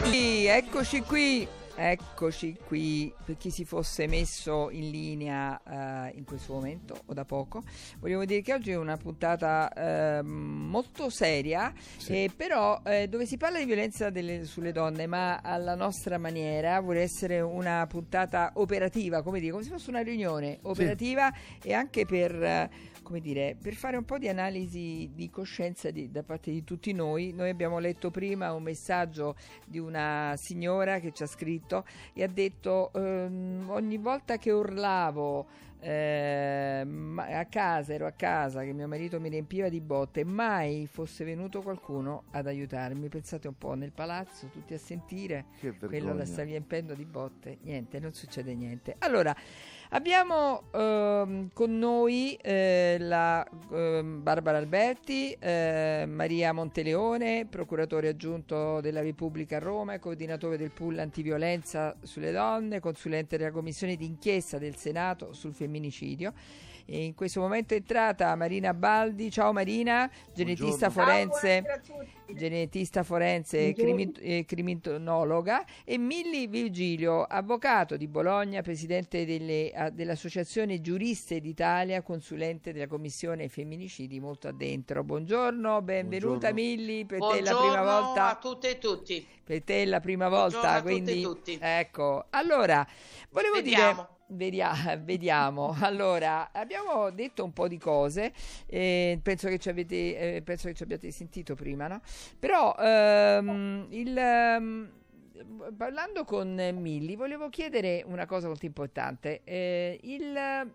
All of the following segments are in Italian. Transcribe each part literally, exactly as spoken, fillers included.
Sì, eccoci qui, eccoci qui. Per chi si fosse messo in linea eh, in questo momento o da poco, volevo dire che oggi è una puntata eh, molto seria, Sì. eh, però eh, dove si parla di violenza delle- sulle donne, ma alla nostra maniera. Vuole essere una puntata operativa, come dire, come se fosse una riunione operativa, e anche per... eh, come dire, per fare un po' di analisi di coscienza di- da parte di tutti noi. Noi abbiamo letto prima un messaggio di una signora che ci ha scritto e ha detto ehm, ogni volta che urlavo ehm, a casa, ero a casa, che mio marito mi riempiva di botte, mai fosse venuto qualcuno ad aiutarmi. Pensate un po', nel palazzo tutti a sentire, Che quello la vergogna. sta riempendo di botte, niente, non succede niente. Allora, abbiamo ehm, con noi eh, la ehm, Barbara Alberti, eh, Maria Monteleone, procuratore aggiunto della Repubblica a Roma e coordinatore del pool antiviolenza sulle donne, consulente della commissione d'inchiesta del Senato sul femminicidio. E in questo momento è entrata Marina Baldi. Ciao Marina, genetista Buongiorno. forense, Ciao, buonasera a tutti. genetista forense e Buongiorno. crimi- e criminologa, e Milli Virgilio, avvocato di Bologna, presidente delle- a- dell'Associazione Giuriste d'Italia, consulente della Commissione Femminicidi molto addentro. Buongiorno, benvenuta Buongiorno. Milli, per te è la prima Buongiorno volta. a tutte e tutti. Per te è la prima Buongiorno volta, a tutte e quindi tutti. ecco. Allora, volevo Vediamo. dire, vedia- vediamo. Allora, abbiamo detto un po' di cose, eh, penso che ci avete, eh, penso che ci abbiate sentito prima, no? Però ehm, il, ehm, parlando con Milli, volevo chiedere una cosa molto importante. Eh, il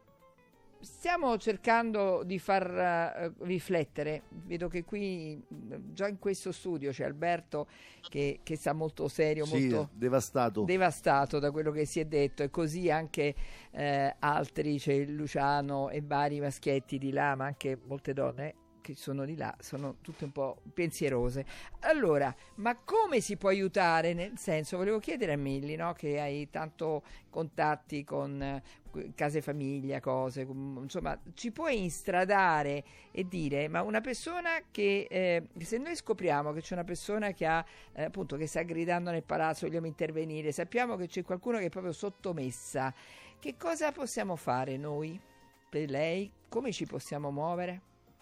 Stiamo cercando di far eh, riflettere. Vedo che qui mh, già in questo studio c'è Alberto che, che sta molto serio, Sì, molto devastato. devastato da quello che si è detto, e così anche eh, altri, c'è Luciano e vari maschietti di là, ma anche molte donne che sono di là, sono tutte un po' pensierose. Allora, ma come si può aiutare? Nel senso, volevo chiedere a Milli, no, che hai tanto contatti con eh, case famiglia, cose, com- insomma, ci puoi instradare e dire, ma una persona che, eh, se noi scopriamo che c'è una persona che ha, eh, appunto, che sta gridando nel palazzo, vogliamo intervenire, sappiamo che c'è qualcuno che è proprio sottomessa, che cosa possiamo fare noi per lei? Come ci possiamo muovere?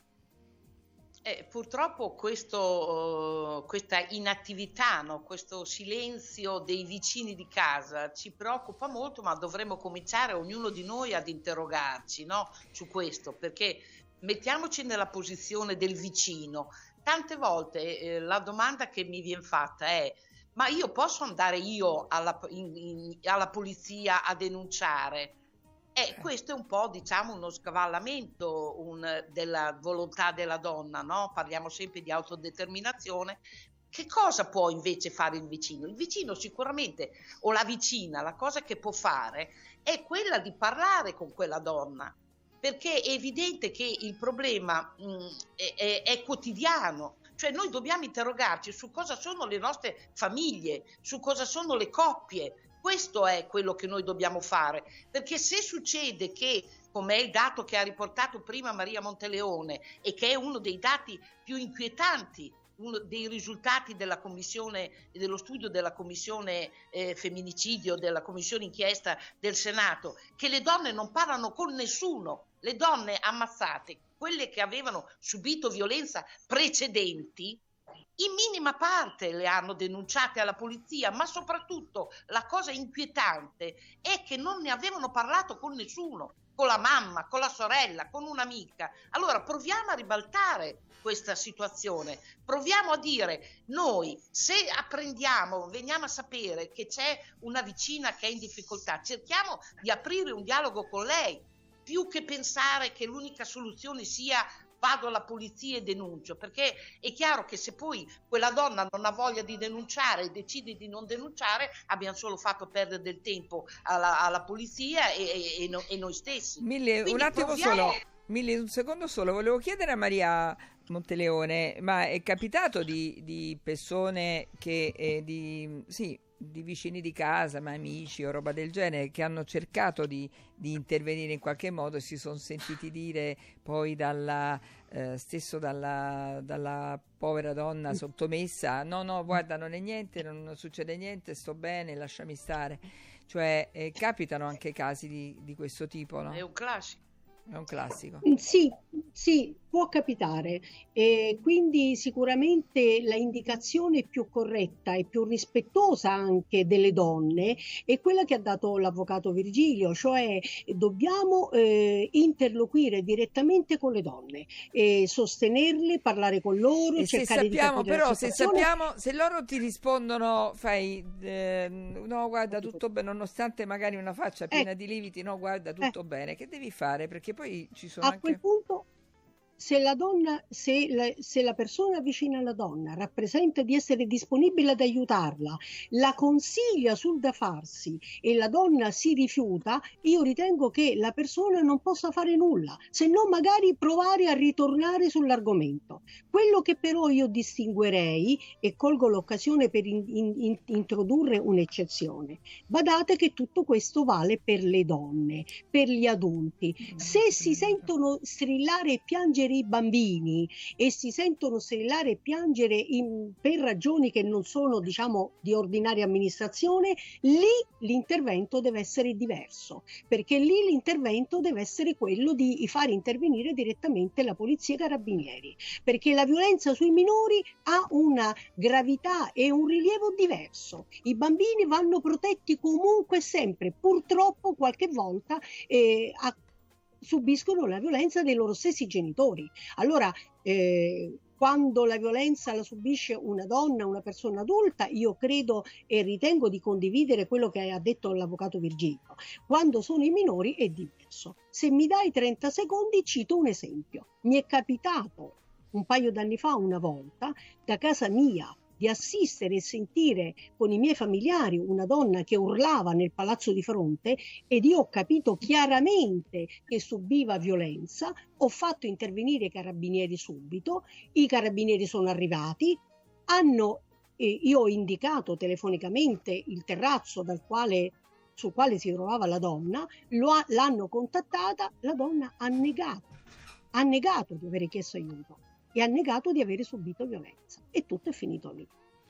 Eh, purtroppo questo, eh, questa inattività, no? Questo silenzio dei vicini di casa ci preoccupa molto, ma dovremmo cominciare ognuno di noi ad interrogarci, no? Su questo, perché mettiamoci nella posizione del vicino. Tante volte eh, la domanda che mi viene fatta è: ma io posso andare io alla, in- in- alla polizia a denunciare? E questo è un po', diciamo, uno scavallamento un- della volontà della donna, no? Parliamo sempre di autodeterminazione. Che cosa può invece fare il vicino? Il vicino sicuramente, o la vicina, la cosa che può fare è quella di parlare con quella donna, perché è evidente che il problema mh, è, è- è quotidiano. Cioè noi dobbiamo interrogarci su cosa sono le nostre famiglie, su cosa sono le coppie. Questo è quello che noi dobbiamo fare, perché se succede che, come è il dato che ha riportato prima Maria Monteleone e che è uno dei dati più inquietanti, uno dei risultati della commissione, dello studio della commissione eh, femminicidio, della commissione inchiesta del Senato, che le donne non parlano con nessuno, le donne ammazzate, quelle che avevano subito violenza precedenti, in minima parte le hanno denunciate alla polizia, ma soprattutto la cosa inquietante è che non ne avevano parlato con nessuno, con la mamma, con la sorella, con un'amica. Allora proviamo a ribaltare questa situazione, proviamo a dire: noi se apprendiamo, veniamo a sapere che c'è una vicina che è in difficoltà, cerchiamo di aprire un dialogo con lei, più che pensare che l'unica soluzione sia vado alla polizia e denuncio, perché è chiaro che se poi quella donna non ha voglia di denunciare e decide di non denunciare, abbiamo solo fatto perdere del tempo alla, alla polizia e, e, e, no, e noi stessi. Mille, un Quindi attimo proviamo- solo, Mille, un secondo solo, volevo chiedere a Maria Monteleone, ma è capitato di, di persone che, eh, di, sì, di vicini di casa, ma amici o roba del genere, che hanno cercato di, di intervenire in qualche modo e si sono sentiti dire poi dalla, eh, stesso dalla, dalla povera donna sottomessa: no no, guarda, non è niente, non, non succede niente, sto bene, lasciami stare. Cioè eh, capitano anche casi di, di questo tipo, no? È un classico. È un classico. Sì, sì, può capitare, e quindi sicuramente la indicazione più corretta e più rispettosa anche delle donne è quella che ha dato l'avvocato Virgilio, cioè dobbiamo eh, interloquire direttamente con le donne, e sostenerle, parlare con loro, E se cercare sappiamo, di capire però, la se situazione. sappiamo, se loro ti rispondono, fai eh, no, guarda, tutto bene, nonostante magari una faccia piena Eh, di lividi, no, guarda, eh, tutto bene, che devi fare? Perché poi ci sono a quel anche. punto, se la donna, se la, se la persona vicina alla donna rappresenta di essere disponibile ad aiutarla, la consiglia sul da farsi e la donna si rifiuta, io ritengo che la persona non possa fare nulla, se non magari provare a ritornare sull'argomento. Quello che però io distinguerei, e colgo l'occasione per in, in, introdurre un'eccezione, badate che tutto questo vale per le donne, per gli adulti. Se si sentono strillare e piangere i bambini e si sentono strillare e piangere in, per ragioni che non sono, diciamo, di ordinaria amministrazione, lì l'intervento deve essere diverso, perché lì l'intervento deve essere quello di far intervenire direttamente la polizia e i carabinieri, perché la violenza sui minori ha una gravità e un rilievo diverso. I bambini vanno protetti comunque sempre, purtroppo qualche volta eh, a subiscono la violenza dei loro stessi genitori. Allora, eh, quando la violenza la subisce una donna, una persona adulta, io credo e ritengo di condividere quello che ha detto l'avvocato Virgilio. Quando sono i minori è diverso. Se mi dai trenta secondi, cito un esempio. Mi è capitato un paio d'anni fa, una volta, da casa mia, di assistere e sentire con i miei familiari una donna che urlava nel palazzo di fronte, ed io ho capito chiaramente che subiva violenza. Ho fatto intervenire i carabinieri subito, i carabinieri sono arrivati, hanno, eh, io ho indicato telefonicamente il terrazzo dal quale, sul quale si trovava la donna, lo ha, l'hanno contattata, la donna ha negato, ha negato di aver chiesto aiuto e ha negato di avere subito violenza, e tutto è finito lì.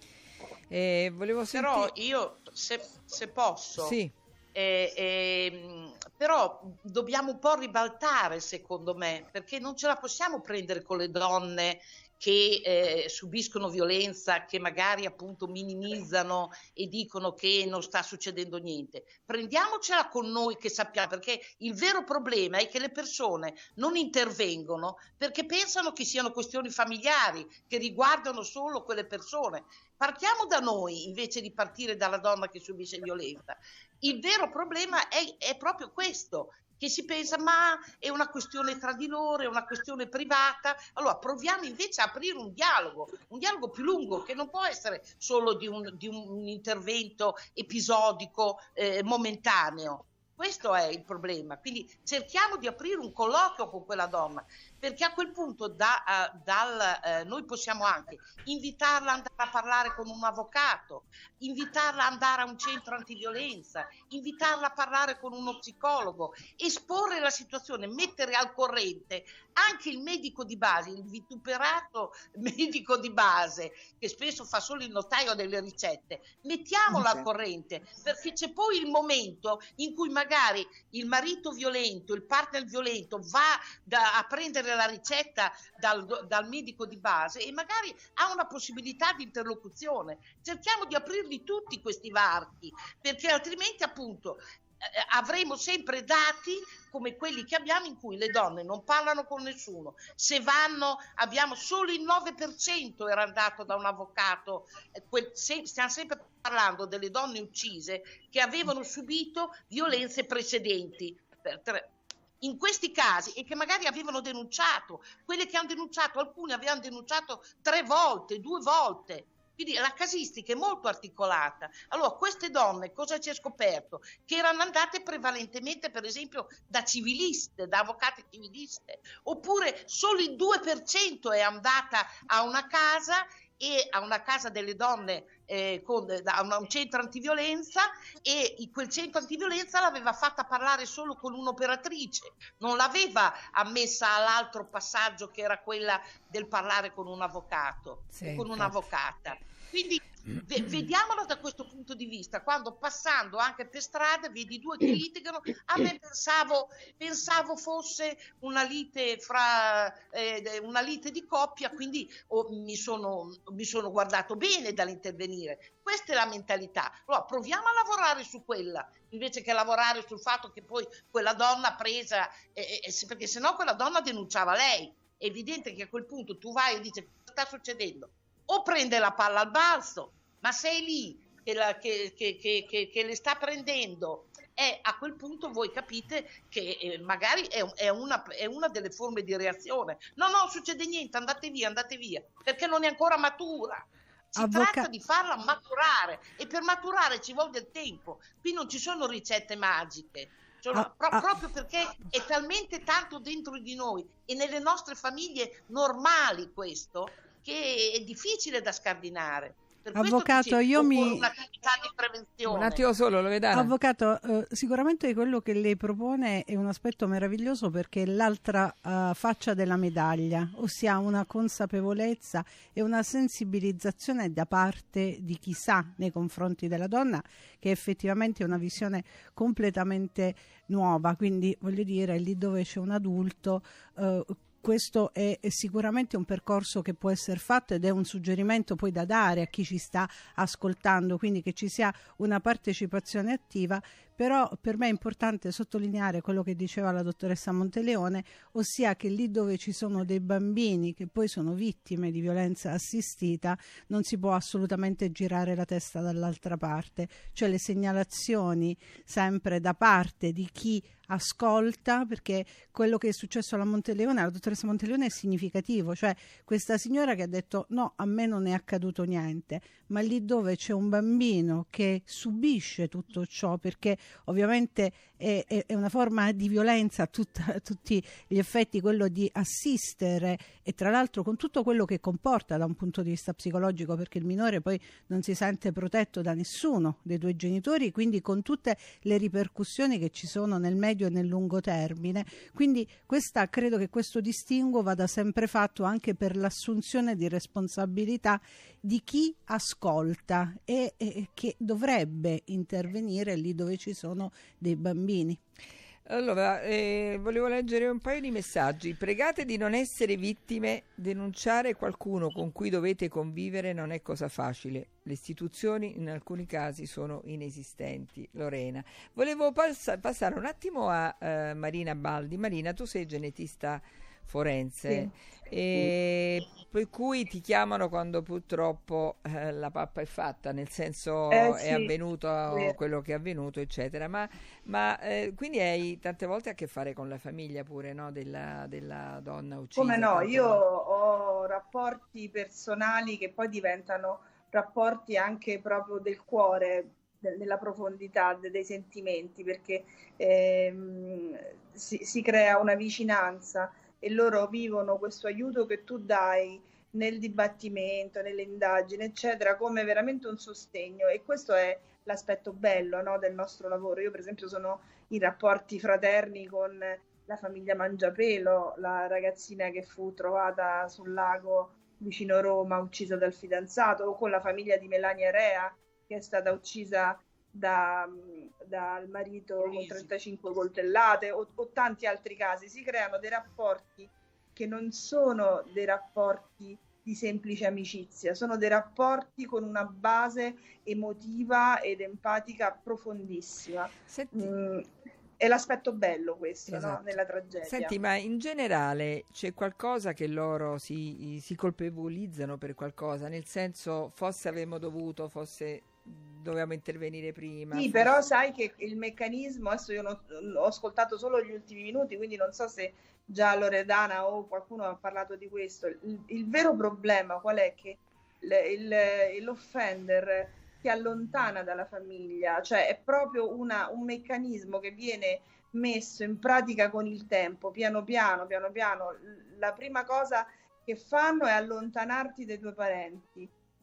Eh, volevo sentire. Però io, se, se posso, Sì. eh, eh, però dobbiamo un po' ribaltare, secondo me, perché non ce la possiamo prendere con le donne che eh, subiscono violenza, che magari appunto minimizzano e dicono che non sta succedendo niente. Prendiamocela con noi che sappiamo, perché il vero problema è che le persone non intervengono perché pensano che siano questioni familiari, che riguardano solo quelle persone. Partiamo da noi invece di partire dalla donna che subisce violenza. Il vero problema è, è proprio questo, che si pensa ma è una questione tra di loro, è una questione privata. Allora proviamo invece a aprire un dialogo, un dialogo più lungo, che non può essere solo di un, di un intervento episodico, eh, momentaneo. Questo è il problema, quindi cerchiamo di aprire un colloquio con quella donna, perché a quel punto da, uh, dal, uh, noi possiamo anche invitarla ad andare a parlare con un avvocato, invitarla ad andare a un centro antiviolenza, invitarla a parlare con uno psicologo, esporre la situazione, mettere al corrente anche il medico di base, il vituperato medico di base, che spesso fa solo il notaio delle ricette, mettiamolo al corrente, perché c'è poi il momento in cui magari il marito violento, il partner violento va da, a prendere la ricetta dal, dal medico di base e magari ha una possibilità di interlocuzione. Cerchiamo di aprirli tutti questi varchi, perché altrimenti appunto avremo sempre dati come quelli che abbiamo, in cui le donne non parlano con nessuno, se vanno abbiamo solo il nove per cento era andato da un avvocato, quel, se, stiamo sempre parlando delle donne uccise che avevano subito violenze precedenti per tre, in questi casi, e che magari avevano denunciato, quelle che hanno denunciato, alcune avevano denunciato tre volte, due volte. Quindi la casistica è molto articolata. Allora, queste donne, cosa ci è scoperto? Che erano andate prevalentemente, per esempio, da civiliste, da avvocate civiliste, oppure solo il due per cento è andata a una casa, e a una casa delle donne eh, con da un, un centro antiviolenza, e quel centro antiviolenza l'aveva fatta parlare solo con un'operatrice, non l'aveva ammessa all'altro passaggio che era quella del parlare con un avvocato, sì, con infatti. un'avvocata. Quindi v- vediamolo da questo punto di vista, quando passando anche per strada vedi due che litigano, a me pensavo, pensavo fosse una lite fra eh, una lite di coppia, quindi oh, mi, sono, mi sono guardato bene dall'intervenire. Questa è la mentalità. Allora proviamo a lavorare su quella, invece che lavorare sul fatto che poi quella donna presa, eh, eh, perché sennò quella donna denunciava lei. È evidente che a quel punto tu vai e dici cosa sta succedendo, o prende la palla al balzo, ma sei lì che, la, che, che, che, che, che le sta prendendo, e a quel punto voi capite che eh, magari è, è, una, è una delle forme di reazione. No, no, succede niente, andate via, andate via, perché non è ancora matura. Si Avvoca- tratta di farla maturare, e per maturare ci vuole del tempo. Qui non ci sono ricette magiche. Cioè, Ah, pro- ah. proprio perché è talmente tanto dentro di noi e nelle nostre famiglie normali questo, che è difficile da scardinare. Per questo che Avvocato, ci io occorre mi- un'attività di prevenzione. Un attimo solo, Loredana. Avvocato, eh, sicuramente quello che lei propone è un aspetto meraviglioso, perché è l'altra eh, faccia della medaglia, ossia una consapevolezza e una sensibilizzazione da parte di chi sa nei confronti della donna, che effettivamente è una visione completamente nuova. Quindi voglio dire, lì dove c'è un adulto, eh, questo è, è sicuramente un percorso che può essere fatto, ed è un suggerimento poi da dare a chi ci sta ascoltando, quindi che ci sia una partecipazione attiva. Però per me è importante sottolineare quello che diceva la dottoressa Monteleone, ossia che lì dove ci sono dei bambini che poi sono vittime di violenza assistita non si può assolutamente girare la testa dall'altra parte, cioè le segnalazioni sempre da parte di chi ascolta, perché quello che è successo alla Monteleone, alla dottoressa Monteleone, è significativo, cioè questa signora che ha detto no, a me non è accaduto niente, ma lì dove c'è un bambino che subisce tutto ciò, perché ovviamente è, è, è una forma di violenza a, tutta, a tutti gli effetti, quello di assistere, e tra l'altro con tutto quello che comporta da un punto di vista psicologico, perché il minore poi non si sente protetto da nessuno dei due genitori, quindi con tutte le ripercussioni che ci sono nel medio e nel lungo termine. Quindi questa, credo che questo distinguo vada sempre fatto anche per l'assunzione di responsabilità di chi ascolta e, e che dovrebbe intervenire lì dove ci sono dei bambini. Allora, eh, volevo leggere un paio di messaggi. Pregate di non essere vittime, denunciare qualcuno con cui dovete convivere non è cosa facile. Le istituzioni in alcuni casi sono inesistenti. Lorena. Volevo pass- passare un attimo a eh, Marina Baldi. Marina, tu sei genetista forense, Sì. e per cui ti chiamano quando purtroppo eh, la pappa è fatta, nel senso Eh, è sì, avvenuto vero. quello che è avvenuto, eccetera. Ma, ma eh, quindi hai tante volte a che fare con la famiglia pure, no? Della, della donna uccisa. Come no, tante io volte. ho rapporti personali che poi diventano rapporti anche proprio del cuore, de- della profondità de- dei sentimenti, perché ehm, si, si crea una vicinanza e loro vivono questo aiuto che tu dai nel dibattimento, nelle indagini, eccetera, come veramente un sostegno, e questo è l'aspetto bello, no, del nostro lavoro. Io per esempio sono in rapporti fraterni con la famiglia Mangiapelo, la ragazzina che fu trovata sul lago vicino Roma, uccisa dal fidanzato, o con la famiglia di Melania Rea, che è stata uccisa da, dal marito con trentacinque coltellate, o, o tanti altri casi. Si creano dei rapporti che non sono dei rapporti di semplice amicizia, sono dei rapporti con una base emotiva ed empatica profondissima. Senti, Mm, è l'aspetto bello questo, no? esatto. Nella tragedia. Senti, ma in generale c'è qualcosa che loro si, si colpevolizzano per qualcosa, nel senso, forse avremmo dovuto, forse dovevamo intervenire prima. Sì, forse... però sai che il meccanismo, adesso io non, ho ascoltato solo gli ultimi minuti, quindi non so se già Loredana o qualcuno ha parlato di questo. Il, il vero problema qual è? Che il, il, l'offender si allontana dalla famiglia, cioè è proprio una, un meccanismo che viene messo in pratica con il tempo, piano piano, piano piano. La prima cosa che fanno è allontanarti dai tuoi parenti.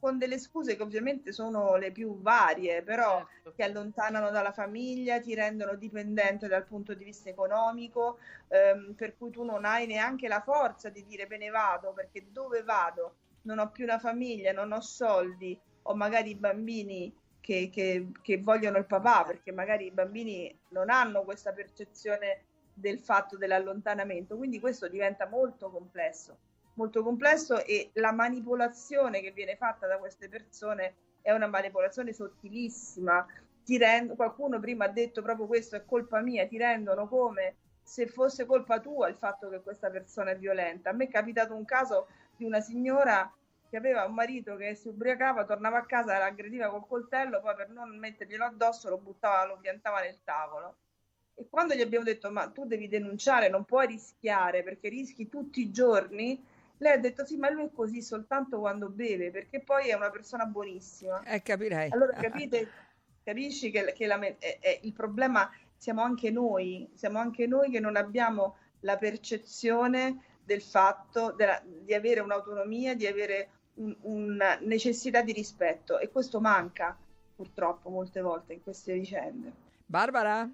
con delle scuse che ovviamente sono le più varie, però Certo. ti allontanano dalla famiglia, ti rendono dipendente dal punto di vista economico, ehm, per cui tu non hai neanche la forza di dire me ne vado, perché dove vado? Non ho più una famiglia, non ho soldi, ho magari i bambini che, che, che vogliono il papà, perché magari i bambini non hanno questa percezione del fatto dell'allontanamento, quindi questo diventa molto complesso. molto complesso e la manipolazione che viene fatta da queste persone è una manipolazione sottilissima. Ti rend- qualcuno prima ha detto proprio questo, è colpa mia, ti rendono come se fosse colpa tua il fatto che questa persona è violenta. A me è capitato un caso di una signora che aveva un marito che si ubriacava, tornava a casa, l'aggrediva col coltello, poi per non metterglielo addosso lo buttava, lo piantava nel tavolo. E quando gli abbiamo detto ma tu devi denunciare, non puoi rischiare perché rischi tutti i giorni, lei ha detto sì, ma lui è così soltanto quando beve, perché poi è una persona buonissima. Eh, capirei. Allora capite, capisci che, che la, è, è, il problema siamo anche noi, siamo anche noi che non abbiamo la percezione del fatto della, di avere un'autonomia, di avere un, una necessità di rispetto, e questo manca purtroppo molte volte in queste vicende. Barbara?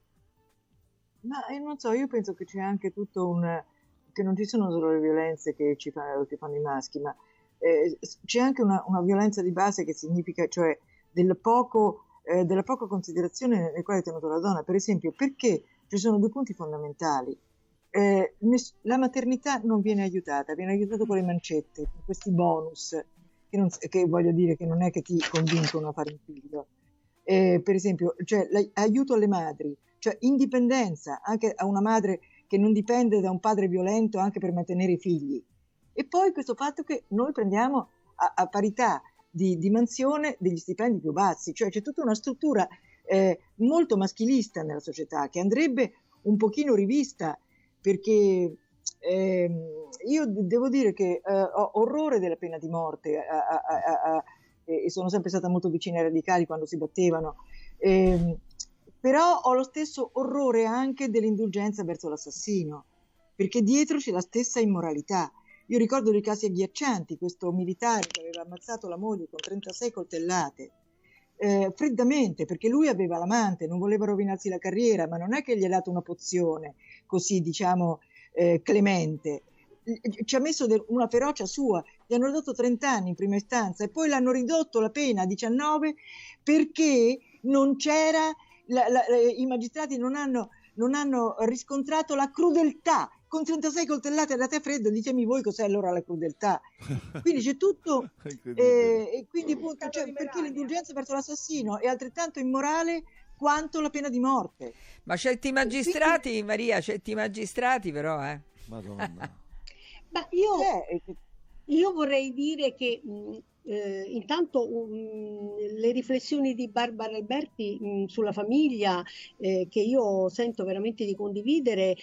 Ma io non so, io penso che c'è anche tutto un... che non ci sono solo le violenze che ci fanno, che fanno i maschi, ma eh, c'è anche una, una violenza di base che significa, cioè, del poco, eh, della poca considerazione nel quale è tenuta la donna. Per esempio, perché ci sono due punti fondamentali. Eh, ness- la maternità non viene aiutata, viene aiutata con le mancette, con questi bonus, che, non, che voglio dire che non è che ti convincono a fare un figlio. Eh, per esempio, cioè, l'aiuto alle madri, cioè indipendenza anche a una madre che non dipende da un padre violento anche per mantenere i figli. E poi questo fatto che noi prendiamo a, a parità di, di mansione degli stipendi più bassi, cioè c'è tutta una struttura eh, molto maschilista nella società che andrebbe un pochino rivista, perché eh, io devo dire che eh, ho orrore della pena di morte a, a, a, a, e sono sempre stata molto vicina ai radicali quando si battevano. Eh, Però ho lo stesso orrore anche dell'indulgenza verso l'assassino, perché dietro c'è la stessa immoralità. Io ricordo dei casi agghiaccianti, questo militare che aveva ammazzato la moglie con trentasei coltellate, eh, freddamente, perché lui aveva l'amante, non voleva rovinarsi la carriera, ma non è che gli ha dato una pozione così, diciamo, eh, clemente. Ci ha messo una ferocia sua, gli hanno dato trenta anni in prima istanza e poi l'hanno ridotto la pena a diciannove perché non c'era... La, la, i magistrati non hanno, non hanno riscontrato la crudeltà. Con trentasei coltellate da te freddo, ditemi voi cos'è allora la crudeltà. Quindi c'è tutto eh, e quindi appunto, cioè, perché l'indulgenza verso l'assassino è altrettanto immorale quanto la pena di morte. Ma certi magistrati, Quindi... Maria, certi magistrati però, eh. Madonna. Ma io, eh, io vorrei dire che mh, Eh, intanto um, le riflessioni di Barbara Alberti mh, sulla famiglia, eh, che io sento veramente di condividere,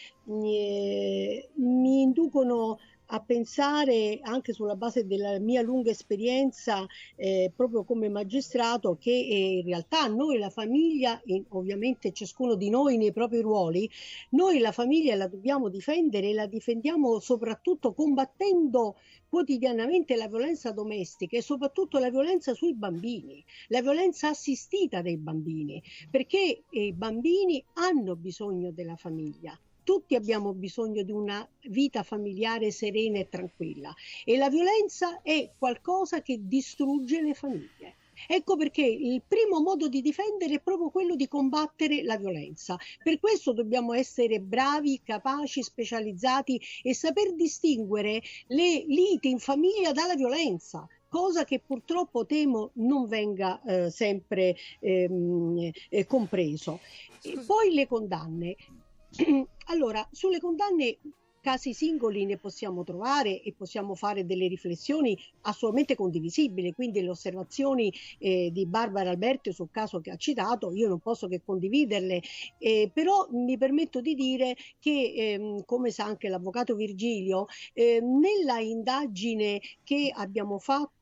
eh, mi inducono a pensare, anche sulla base della mia lunga esperienza eh, proprio come magistrato, che eh, in realtà noi la famiglia, e ovviamente ciascuno di noi nei propri ruoli, noi la famiglia la dobbiamo difendere e la difendiamo soprattutto combattendo quotidianamente la violenza domestica e soprattutto la violenza sui bambini, la violenza assistita dei bambini, perché i bambini hanno bisogno della famiglia. Tutti abbiamo bisogno di una vita familiare serena e tranquilla e la violenza è qualcosa che distrugge le famiglie. Ecco perché il primo modo di difendere è proprio quello di combattere la violenza. Per questo dobbiamo essere bravi, capaci, specializzati e saper distinguere le liti in famiglia dalla violenza, cosa che purtroppo temo non venga eh, sempre ehm, eh, compreso. E poi le condanne. Allora, sulle condanne, casi singoli ne possiamo trovare e possiamo fare delle riflessioni assolutamente condivisibili, quindi le osservazioni eh, di Barbara Alberti sul caso che ha citato io non posso che condividerle, eh, però mi permetto di dire che ehm, come sa anche l'avvocato Virgilio, eh, nella indagine che abbiamo fatto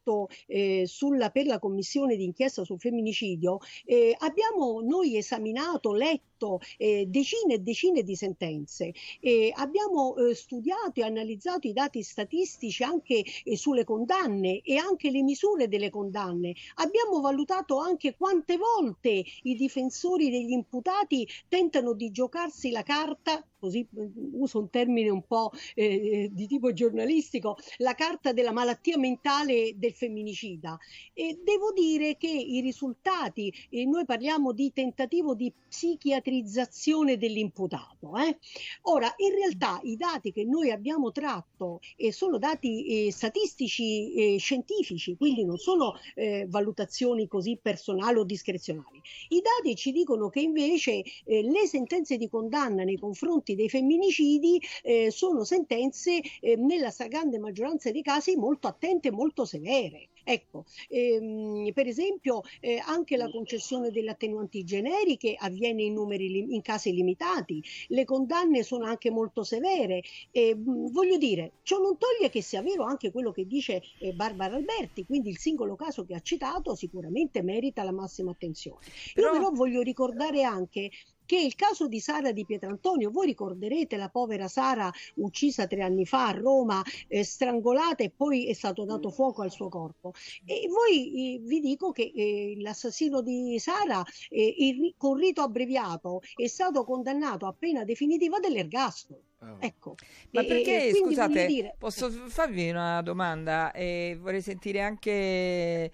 fatto eh, sulla, per la commissione d'inchiesta sul femminicidio, eh, abbiamo noi esaminato, letto eh, decine e decine di sentenze, eh, abbiamo eh, studiato e analizzato i dati statistici anche eh, sulle condanne e anche le misure delle condanne, abbiamo valutato anche quante volte i difensori degli imputati tentano di giocarsi la carta, così uso un termine un po' eh, di tipo giornalistico, la carta della malattia mentale del femminicida. E devo dire che i risultati, eh, noi parliamo di tentativo di psichiatrizzazione dell'imputato. Eh? Ora, in realtà i dati che noi abbiamo tratto eh, sono dati eh, statistici eh, scientifici, quindi non sono eh, valutazioni così personali o discrezionali. I dati ci dicono che invece eh, le sentenze di condanna nei confronti dei femminicidi eh, sono sentenze eh, nella stragrande maggioranza dei casi molto attente e molto severe. Ecco, ehm, per esempio eh, anche la concessione delle attenuanti generiche avviene in, numeri, in casi limitati, le condanne sono anche molto severe. Eh, voglio dire, ciò non toglie che sia vero anche quello che dice eh, Barbara Alberti, quindi il singolo caso che ha citato sicuramente merita la massima attenzione. Però... Io però voglio ricordare anche che il caso di Sara Di Pietrantonio, voi ricorderete la povera Sara uccisa tre anni fa a Roma, eh, strangolata e poi è stato dato fuoco al suo corpo. E voi eh, vi dico che eh, l'assassino di Sara eh, il, con rito abbreviato è stato condannato a pena definitiva dell'ergastolo. Oh. Ecco. Ma e, perché, e scusate, dire... posso farvi una domanda? E vorrei sentire anche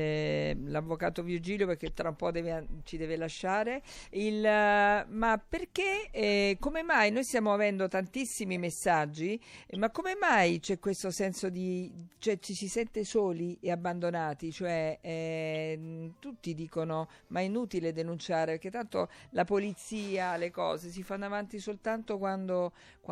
eh, l'avvocato Virgilio, perché tra un po' deve, ci deve lasciare. Il, uh, ma perché, eh, come mai noi stiamo avendo tantissimi messaggi, eh, ma come mai c'è questo senso di, cioè ci si sente soli e abbandonati? Cioè eh, tutti dicono ma è inutile denunciare, perché tanto la polizia, le cose si fanno avanti soltanto quando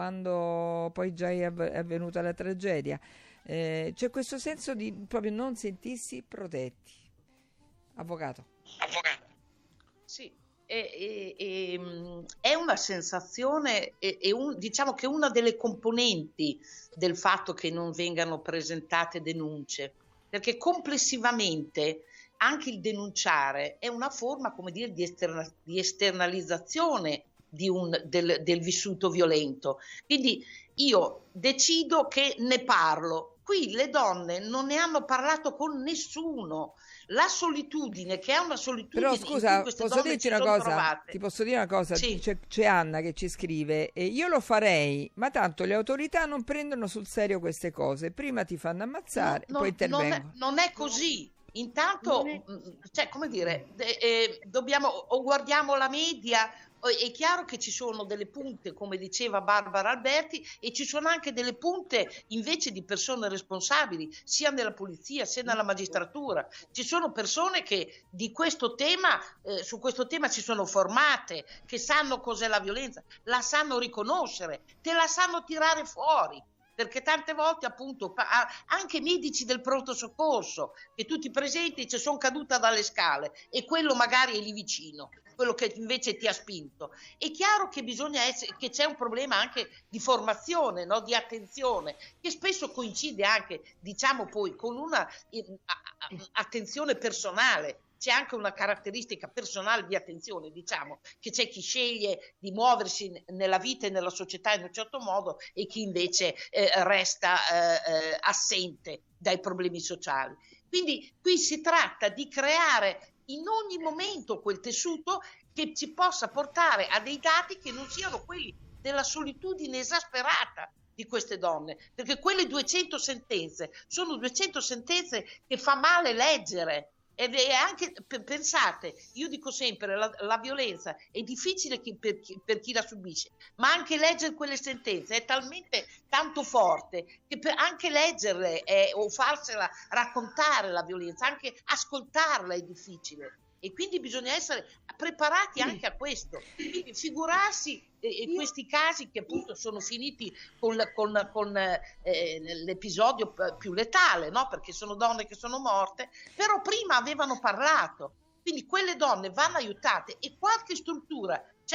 quando poi già è avvenuta la tragedia. Eh, c'è questo senso di proprio non sentirsi protetti. Avvocato. Avvocato. Sì, è, è, è, è una sensazione, è, è un, diciamo che una delle componenti del fatto che non vengano presentate denunce, perché complessivamente anche il denunciare è una forma, come dire, di, esterna, di esternalizzazione Di un, del, del vissuto violento. Quindi io decido che ne parlo. Qui le donne non ne hanno parlato con nessuno. La solitudine, che è una solitudine. Però scusa, posso dirti una cosa? Trovate. Ti posso dire una cosa? Sì. C'è, c'è Anna che ci scrive: e io lo farei, ma tanto le autorità non prendono sul serio queste cose. Prima ti fanno ammazzare, no, poi intervengono. Non è, non è così. Intanto, è... cioè, come dire, eh, eh, dobbiamo o guardiamo la media. È chiaro che ci sono delle punte, come diceva Barbara Alberti, e ci sono anche delle punte invece di persone responsabili, sia nella polizia sia nella magistratura. Ci sono persone che di questo tema, eh, su questo tema si sono formate, che sanno cos'è la violenza, la sanno riconoscere, te la sanno tirare fuori. Perché tante volte appunto anche medici del pronto soccorso, che tu ti presenti e dici sono caduta dalle scale e quello magari è lì vicino, quello che invece ti ha spinto. È chiaro che bisogna essere, che c'è un problema anche di formazione, no? Di attenzione, che spesso coincide anche, diciamo poi, con una eh, attenzione personale. C'è anche una caratteristica personale di attenzione, diciamo, che c'è chi sceglie di muoversi nella vita e nella società in un certo modo e chi invece eh, resta eh, assente dai problemi sociali. Quindi qui si tratta di creare in ogni momento quel tessuto che ci possa portare a dei dati che non siano quelli della solitudine esasperata di queste donne, perché quelle duecento sentenze sono duecento sentenze che fa male leggere. Ed è anche, pensate, io dico sempre, la, la violenza è difficile chi, per, chi, per chi la subisce, ma anche leggere quelle sentenze è talmente tanto forte che per anche leggerle è, o farsela raccontare la violenza, anche ascoltarla è difficile. E quindi bisogna essere preparati anche a questo. Quindi figurarsi eh, questi casi che appunto sono finiti con, con, con eh, l'episodio più letale, no? Perché sono donne che sono morte, però prima avevano parlato. Quindi quelle donne vanno aiutate e qualche struttura c'è.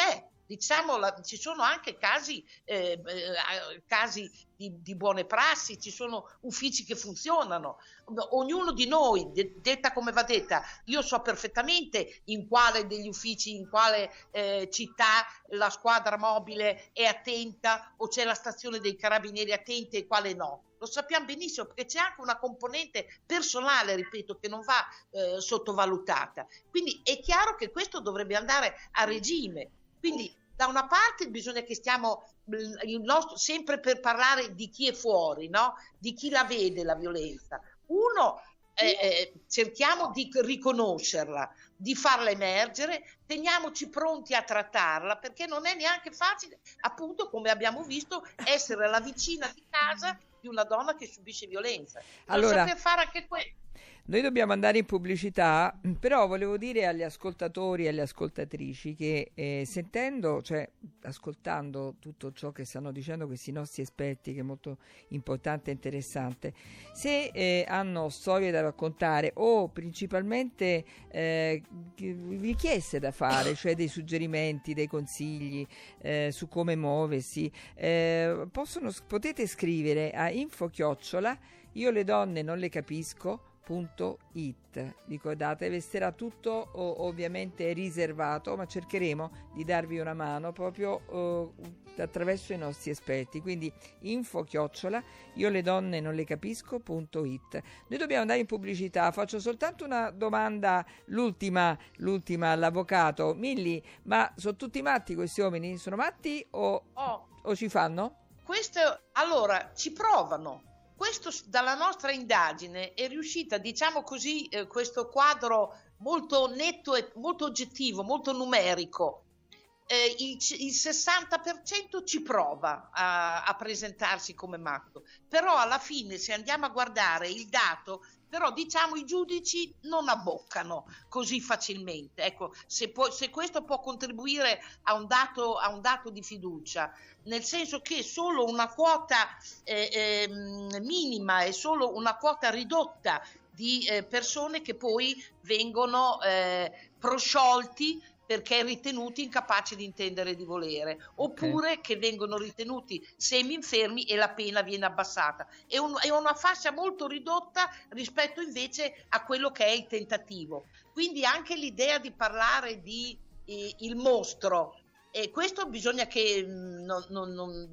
diciamo, la, ci sono anche casi, eh, eh, casi di, di buone prassi, ci sono uffici che funzionano, ognuno di noi, de, detta come va detta, io so perfettamente in quale degli uffici, in quale eh, città la squadra mobile è attenta o c'è la stazione dei carabinieri attenta e quale no. Lo sappiamo benissimo, perché c'è anche una componente personale, ripeto, che non va eh, sottovalutata. Quindi è chiaro che questo dovrebbe andare a regime. Quindi da una parte bisogna che stiamo il nostro, sempre per parlare di chi è fuori, no? Di chi la vede la violenza. Uno, eh, eh, cerchiamo di riconoscerla, di farla emergere, teniamoci pronti a trattarla, perché non è neanche facile, appunto, come abbiamo visto, essere la vicina di casa di una donna che subisce violenza. Allora, saper fare anche questo. Noi dobbiamo andare in pubblicità, però volevo dire agli ascoltatori e alle ascoltatrici che eh, sentendo, cioè ascoltando tutto ciò che stanno dicendo questi nostri esperti, che è molto importante e interessante, se eh, hanno storie da raccontare o principalmente eh, richieste da fare, cioè dei suggerimenti, dei consigli eh, su come muoversi, eh, possono, potete scrivere a info chiocciola io le donne non le capisco punto it. Ricordatevi, resterà tutto o, ovviamente riservato, ma cercheremo di darvi una mano proprio uh, attraverso i nostri esperti. Quindi info chiocciola io le donne non le capisco punto it. Noi dobbiamo andare in pubblicità. Faccio soltanto una domanda, l'ultima, l'ultima all'avvocato Milli, ma sono tutti matti questi uomini? Sono matti o, oh, o ci fanno? Questo, allora, ci provano. Questo dalla nostra indagine è riuscita, diciamo così, eh, questo quadro molto netto e molto oggettivo, molto numerico. Eh, il, il sessanta per cento ci prova a, a presentarsi come matto, però alla fine, se andiamo a guardare il dato, però diciamo i giudici non abboccano così facilmente. Ecco, se, può, se questo può contribuire a un dato, a un dato di fiducia, nel senso che solo una quota eh, eh, minima e solo una quota ridotta di eh, persone che poi vengono eh, prosciolti perché ritenuti incapaci di intendere e di volere, oppure okay. che vengono ritenuti semi-infermi e la pena viene abbassata. È, un, è una fascia molto ridotta rispetto invece a quello che è il tentativo. Quindi anche l'idea di parlare di eh, il mostro, e questo bisogna che non, non, non,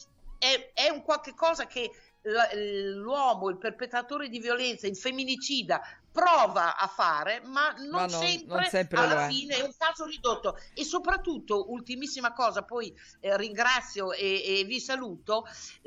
è, è un qualche cosa che l'uomo, il perpetratore di violenza, il femminicida prova a fare, ma non, ma non sempre, non sempre alla fine è un caso ridotto. E soprattutto, ultimissima cosa, poi eh, ringrazio e, e vi saluto,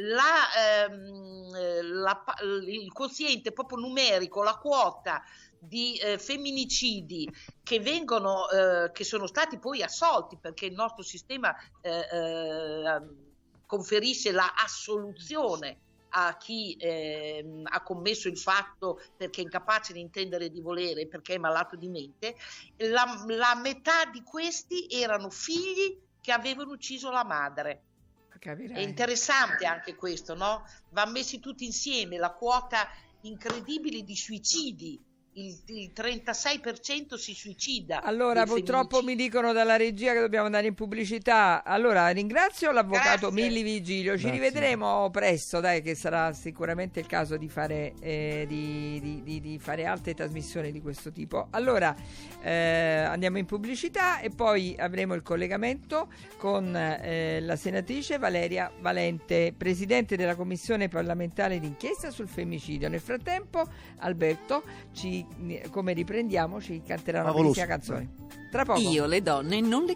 la, ehm, la, il quoziente proprio numerico, la quota di eh, femminicidi che vengono, eh, che sono stati poi assolti, perché il nostro sistema eh, eh, conferisce la assoluzione a chi eh, ha commesso il fatto perché è incapace di intendere e di volere, perché è malato di mente, la, la metà di questi erano figli che avevano ucciso la madre. Capirai. È interessante anche questo, no? Va messi tutti insieme, la quota incredibile di suicidi. Il, il trentasei per cento si suicida. Allora purtroppo mi dicono dalla regia che dobbiamo andare in pubblicità. Allora ringrazio l'avvocato Grazie. Milli Vigilio. Ci Grazie. rivedremo presto, dai, che sarà sicuramente il caso di fare eh, di, di, di, di fare altre trasmissioni di questo tipo. Allora eh, andiamo in pubblicità e poi avremo il collegamento con eh, la senatrice Valeria Valente, presidente della commissione parlamentare d'inchiesta sul femminicidio. Nel frattempo Alberto ci come riprendiamo ci canterà una bellissima canzone. Tra poco. Io le donne non le